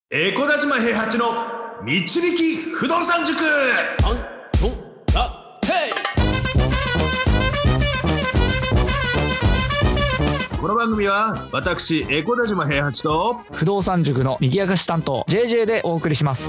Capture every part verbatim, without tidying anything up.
エコダ島平八の導き不動産塾。 アントラヘイ。この番組は私エコダ島平八と不動産塾の右明かし担当 ジェージェー でお送りします。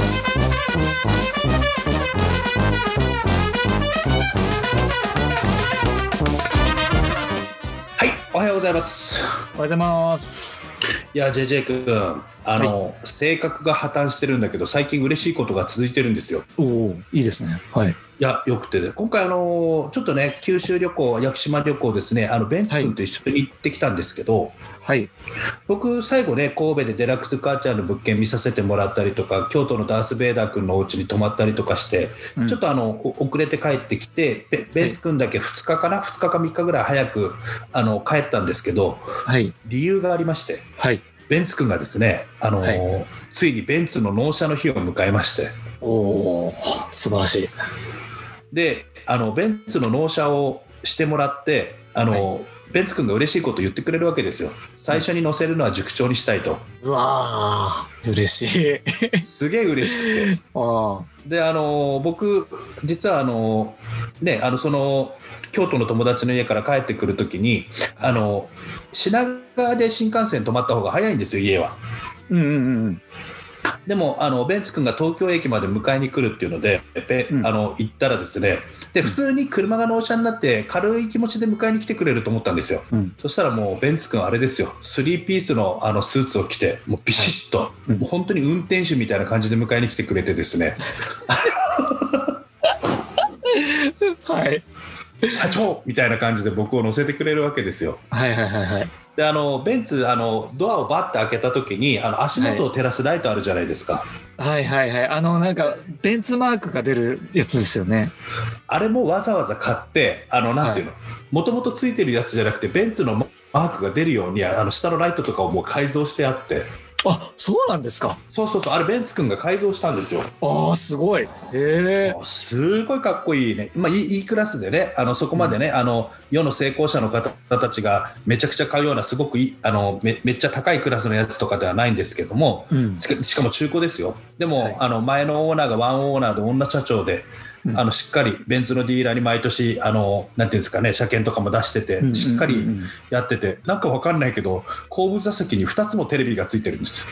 はい、おはようございます。 おはようございます。 いや ジェージェー 君、あの、はい、性格が破綻してるんだけど最近嬉しいことが続いてるんですよ。 おお、いいですね。はい。いや、よくて、今回あのちょっとね、九州旅行、屋久島旅行ですね、あのベンツ君と一緒に行ってきたんですけど、 はい、 僕最後ね、神戸でデラックスカーチャーの物件見させてもらったりとか、京都のダース・ベイダー君のお家に泊まったりとかして、うん、ちょっとあの遅れて帰ってきて、ベ, ベンツ君だけふつかかな、ふつかかみっかぐらい早くあの帰ったんですけど、 はい、 理由がありまして、 はい、 ベンツ君がですね、あの、はい、ついにベンツの納車の日を迎えまして。 おー、素晴らしい。 で、あのベンツの納車をしてもらって、あの、はい、ベンツ君が嬉しいことを言ってくれるわけですよ。最初に乗せるのは塾長にしたいと。 うわー、嬉しい。 すげえ嬉しくて。あで、あの僕実はあの、ね、あのその京都の友達の家から帰ってくるときに、あの品川で新幹線止まった方が早いんですよ、家は。 うんうんうん。 でもあのベンツ君が東京駅まで迎えに来るっていうので、うん、あの行ったらですね、で普通に車が納車になって軽い気持ちで迎えに来てくれると思ったんですよ、うん、そしたらもうベンツ君あれですよ、スリーピース の, あのスーツを着て、もうビシッと、はい、もう本当に運転手みたいな感じで迎えに来てくれてですねはい社長みたいな感じで僕を乗せてくれるわけですよ。 はいはいはいはい。 で、あのベンツ、あのドアをバッて開けた時にあの足元を照らすライトあるじゃないですか。 はいはいはい、あのなんかベンツマークが出るやつですよね。あれもわざわざ買って、あのなんていうの、もともとついてるやつじゃなくてベンツのマークが出るように、あの下のライトとかをもう改造してあって。 あ、そうなんですか。 そうそうそう、あれベンツ君が改造したんですよ。 ああ、すごい。へえ。 すごいかっこいいね。まあ、いいクラスでね、あのそこまでね、うん、あの世の成功者の方たちがめちゃくちゃ買うようなすごくいい、あの め, めっちゃ高いクラスのやつとかではないんですけども、うん、し, しかも中古ですよ。でも、はい、あの前のオーナーがワンオーナーで女社長で、うん、あのしっかりベンツのディーラーに毎年あのなんていうんですかね、車検とかも出してて、うんうんうんうん、しっかりやってて、なんかわかんないけど後部座席にふたつもテレビがついてるんですよ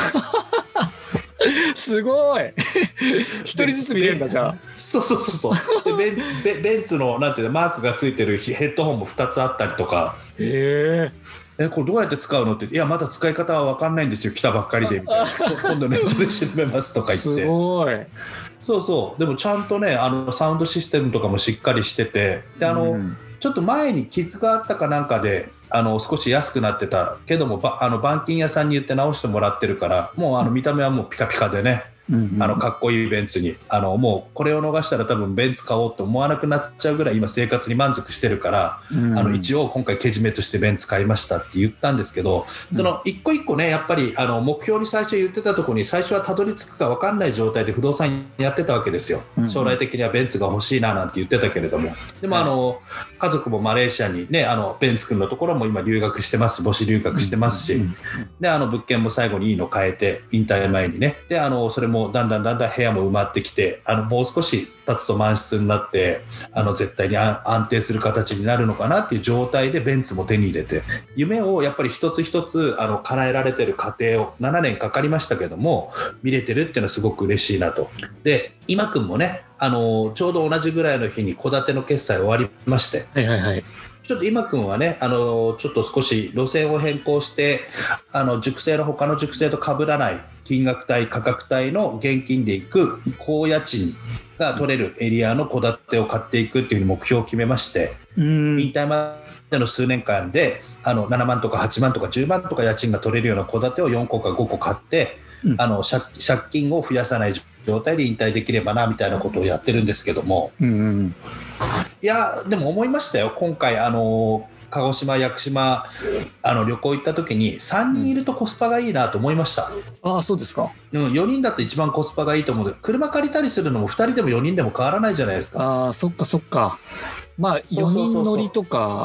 すごい一人ずつ見れるんだ。じゃあそうそうそうそうで ベ, ベ, ベンツのなんていうのマークがついてるヘッドホンもふたつあったりとか。 へえ。 え、これどうやって使うのって、いやまだ使い方は分かんないんですよ、来たばっかりでみたいな今度ネットで調べますとか言って。 すごい。 そうそう、でもちゃんとね、あのサウンドシステムとかもしっかりしてて、であの、うん、ちょっと前に傷があったかなんかであの少し安くなってたけども、ばあの板金屋さんに言って直してもらってるから、もうあの見た目はもうピカピカでね、うんうん、あのかっこいいベンツに、あのもうこれを逃したら多分ベンツ買おうと思わなくなっちゃうぐらい今生活に満足してるから、うん、あの一応今回けじめとしてベンツ買いましたって言ったんですけど、その一個一個ね、やっぱりあの目標に最初言ってたところに最初はたどり着くか分かんない状態で不動産やってたわけですよ、うん、将来的にはベンツが欲しいななんて言ってたけれども、でもあの、はい、家族もマレーシアにね、あのベンツ君のところも今留学してますし、母子留学してますし、うんうんうん、であの物件も最後にいいの変えて引退前にね、であのそれもだんだんだんだん部屋も埋まってきて、あのもう少し経つと満室になって、あの絶対に安定する形になるのかなっていう状態でベンツも手に入れて、夢をやっぱり一つ一つあの叶えられてる過程をななねんかかりましたけども見れてるっていうのはすごく嬉しいなと。で今くんもね、あのちょうど同じぐらいの日に戸建ての決済終わりまして、 はいはいはい、 ちょっと今君はね、あのちょっと少し路線を変更して、あの塾生の他の塾生と被らない金額帯価格帯の現金でいく高家賃が取れるエリアの戸建てを買っていくっていう目標を決めまして、うん、引退までの数年間であのななまんとかはちまんとかじゅうまんとか家賃が取れるような戸建てをよんこかごこ買って、うん、あの 借, 借金を増やさない状態で引退できればなみたいなことをやってるんですけども、うんうん、いやでも思いましたよ、今回あの鹿児島屋久島あの旅行行った時にさんにんいるとコスパがいいなと思いました、 うん、ああそうですか、 うん、よにんだと一番コスパがいいと思うので、車借りたりするのもふたりでもよにんでも変わらないじゃないですか。 ああそっかそっか、まあよにん乗りとか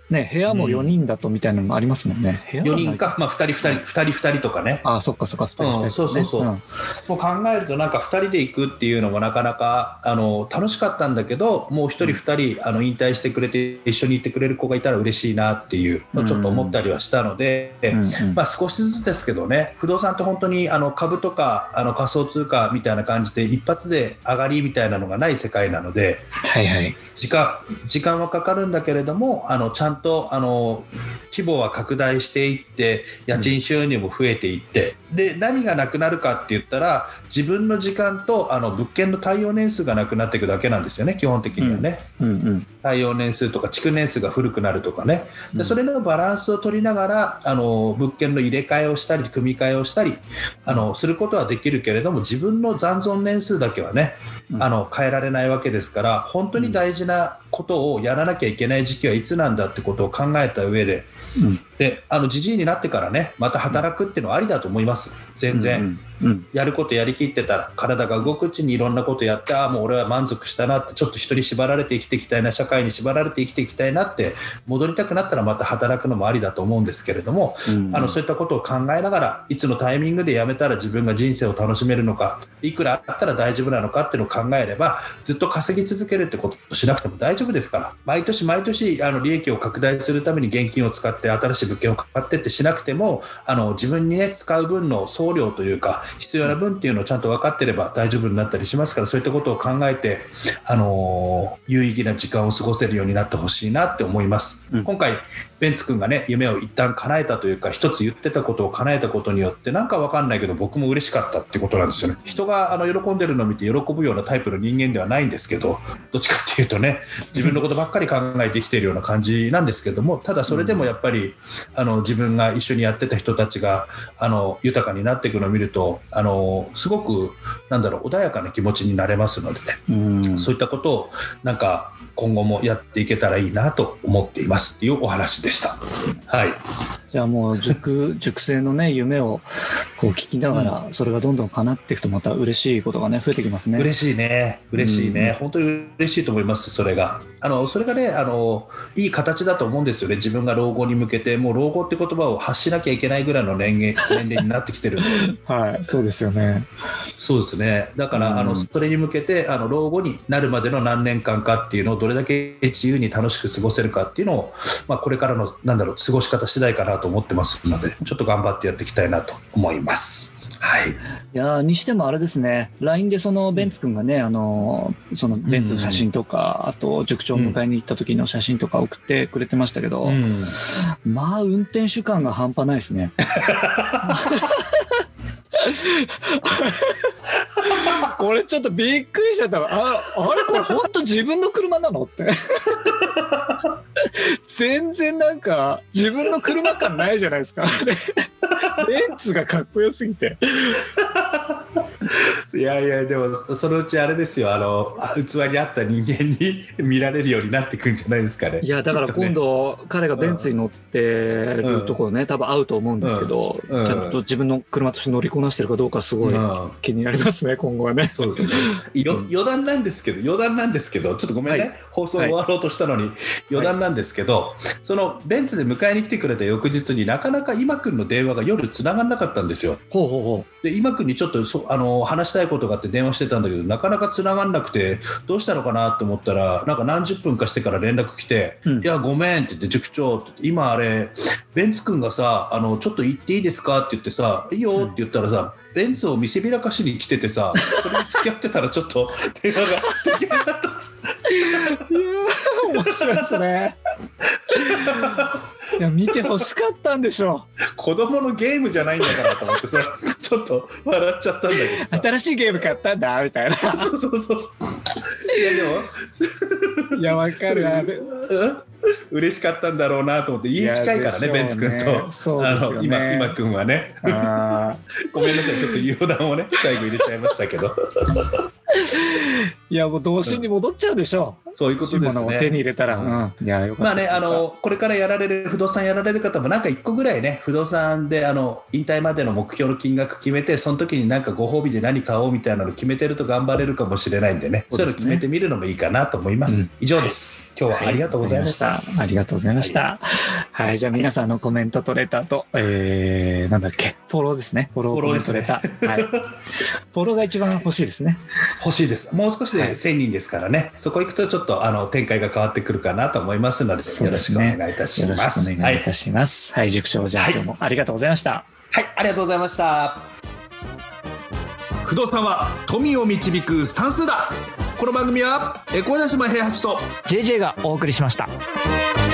ね、部屋もよにんだとみたいなのもありますもんね。部屋はないよにんか、まあ、ふたりふたりふたりふたりとかね。 ああ、そっかそっか、ふたりふたり、ね、 うん、そうそうそう、うん、もう考えるとなんかふたりで行くっていうのもなかなかあの楽しかったんだけど、もうひとりふたりあの引退してくれて一緒に行ってくれる子がいたら嬉しいなっていうのをちょっと思ったりはしたので、うんうん、まあ、少しずつですけどね、不動産って本当にあの株とかあの仮想通貨みたいな感じで一発で上がりみたいなのがない世界なので、 はいはい、 時間、時間はかかるんだけれども、あのちゃんとあの規模は拡大していって家賃収入も増えていって、うん、で何がなくなるかって言ったら自分の時間とあの物件の耐用年数がなくなっていくだけなんですよね、基本的にはね、うんうんうん、耐用年数とか築年数が古くなるとかね、でそれのバランスを取りながらあの物件の入れ替えをしたり組み替えをしたりあのすることはできるけれども、自分の残存年数だけはねあの変えられないわけですから、本当に大事なことをやらなきゃいけない時期はいつなんだってことを考えた上で、うん、であのじじいになってからねまた働くっていうのはありだと思います。全然、うんうん、やることやりきってたら体が動くうちにいろんなことやって、ああもう俺は満足したなって、ちょっと人に縛られて生きていきたいな、社会に縛られて生きていきたいなって戻りたくなったらまた働くのもありだと思うんですけれども、うんうん、あのそういったことを考えながらいつのタイミングで辞めたら自分が人生を楽しめるのか、いくらあったら大丈夫なのかっていうのを考えれば、ずっと稼ぎ続けるってことをしなくても大丈夫ですから、毎年毎年あの利益を拡大するために現金を使って新しい物件を買ってってしなくても、あの自分に、ね、使う分の送料というか必要な分っていうのをちゃんと分かってれば大丈夫になったりしますから、そういったことを考えて、あのー、有意義な時間を過ごせるようになってほしいなって思います、うん、今回ベンツ君がね夢を一旦叶えたというか、一つ言ってたことを叶えたことによってなんか分かんないけど僕も嬉しかったってことなんですよね。人があの喜んでるのを見て喜ぶようなタイプの人間ではないんですけど、どっちかっていうとね自分のことばっかり考えて生きているような感じなんですけども、ただそれでもやっぱりあの自分が一緒にやってた人たちがあの豊かになっていくのを見ると、あのすごくなんだろう穏やかな気持ちになれますのでね、うんそういったことをなんか今後もやっていけたらいいなと思っていますっていうお話でした。はい。 じゃあもう 熟, 熟成のね夢をこう聞きながら、それがどんどん叶っていくとまた嬉しいことがね増えてきますね。 嬉しいね嬉しいね、うん、本当に嬉しいと思います。それがあのそれがねあのいい形だと思うんですよね。自分が老後に向けてもう老後って言葉を発しなきゃいけないぐらいの年齢、年齢になってきてるんではいそうですよね。 そうですね。だから、うん、あのそれに向けてあの老後になるまでの何年間かっていうのをどれだけ自由に楽しく過ごせるかっていうのを、まあ、これからのなんだろう過ごし方次第かなと思ってますので、ちょっと頑張ってやっていきたいなと思います。はい、いやにしてもあれですね、 ライン でそのベンツ君がね、あのそのベンツの写真とか、うん、あと塾長を迎えに行った時の写真とか送ってくれてましたけど、うん、まあ運転手感が半端ないですね俺ちょっとびっくりしちゃった。あ、あれこれ本当自分の車なのって全然なんか自分の車感ないじゃないですかベンツがかっこよすぎていやいやでもそのうちあれですよ、あの器に合った人間に見られるようになっていくんじゃないですかね。 いやだから今度、ね、彼がベンツに乗ってるところね、うん、多分合うと思うんですけど、うん、ちゃんと自分の車として乗りこなしてるかどうかすごい気になりますね、うん、今後はね。 そうですね余談なんですけど余談なんですけどちょっとごめんね、はい、放送終わろうとしたのに、はい、余談なんですけど、はい、そのベンツで迎えに来てくれた翌日になかなか今くんの電話が夜繋がんなかったんですよ。 ほうほうほう。 で今くんにちょっとそあの話したいことがあって電話してたんだけどなかなか繋がんなくてどうしたのかなと思ったら、なんか何十分かしてから連絡来て、うん、いやごめんって言って、塾長って今あれベンツくんがさあのちょっと行っていいですかって言ってさ、いいよって言ったらさ、うん、ベンツを見せびらかしに来ててさ、それに付き合ってたらちょっと電話ができなかったんです。 いや面白いですねいや見てほしかったんでしょう。子供のゲームじゃないんだからと思ってさちょっと笑っちゃったんだけどさ、 新しいゲーム買ったんだみたいなそうそうそうそういやでもいやわかるな嬉しかったんだろうなと思って、家近いからねベンツ君と、 そうですよね、 あの今今君はねあごめんなさいちょっと余談をね最後入れちゃいましたけどいやもう童心に戻っちゃうでしょう、 そういうことですね。 欲しいものを手に入れたら、うん、いやよかった。 まあね、あのこれからやられる不動産やられる方もなんかいっこぐらいね、不動産であの引退までの目標の金額決めて、その時になんかご褒美で何買おうみたいなの決めてると頑張れるかもしれないんでね、そういうの決めてみるのもいいかなと思います。うん、以上です。今日はありがとうございました。 はい、ありがとうございました。はい、はい、じゃあ皆さんのコメント取れたと、えー、なんだっけ、フォローですね。フォローコメント取れた。ね、はい。フォローが一番欲しいですね。 欲しいです。もう少しでせんにんですからね。はい、そこ行くとちょっとあの展開が変わってくるかなと思いますので、よろしくお願いいたします。 よろしくお願いいたします。はい、はい、塾長じゃあ、はい、今日もありがとうございました。 はい、ありがとうございました。不動産は富を導く算数だ。この番組は小田島平八とジェイジェイ がお送りしました。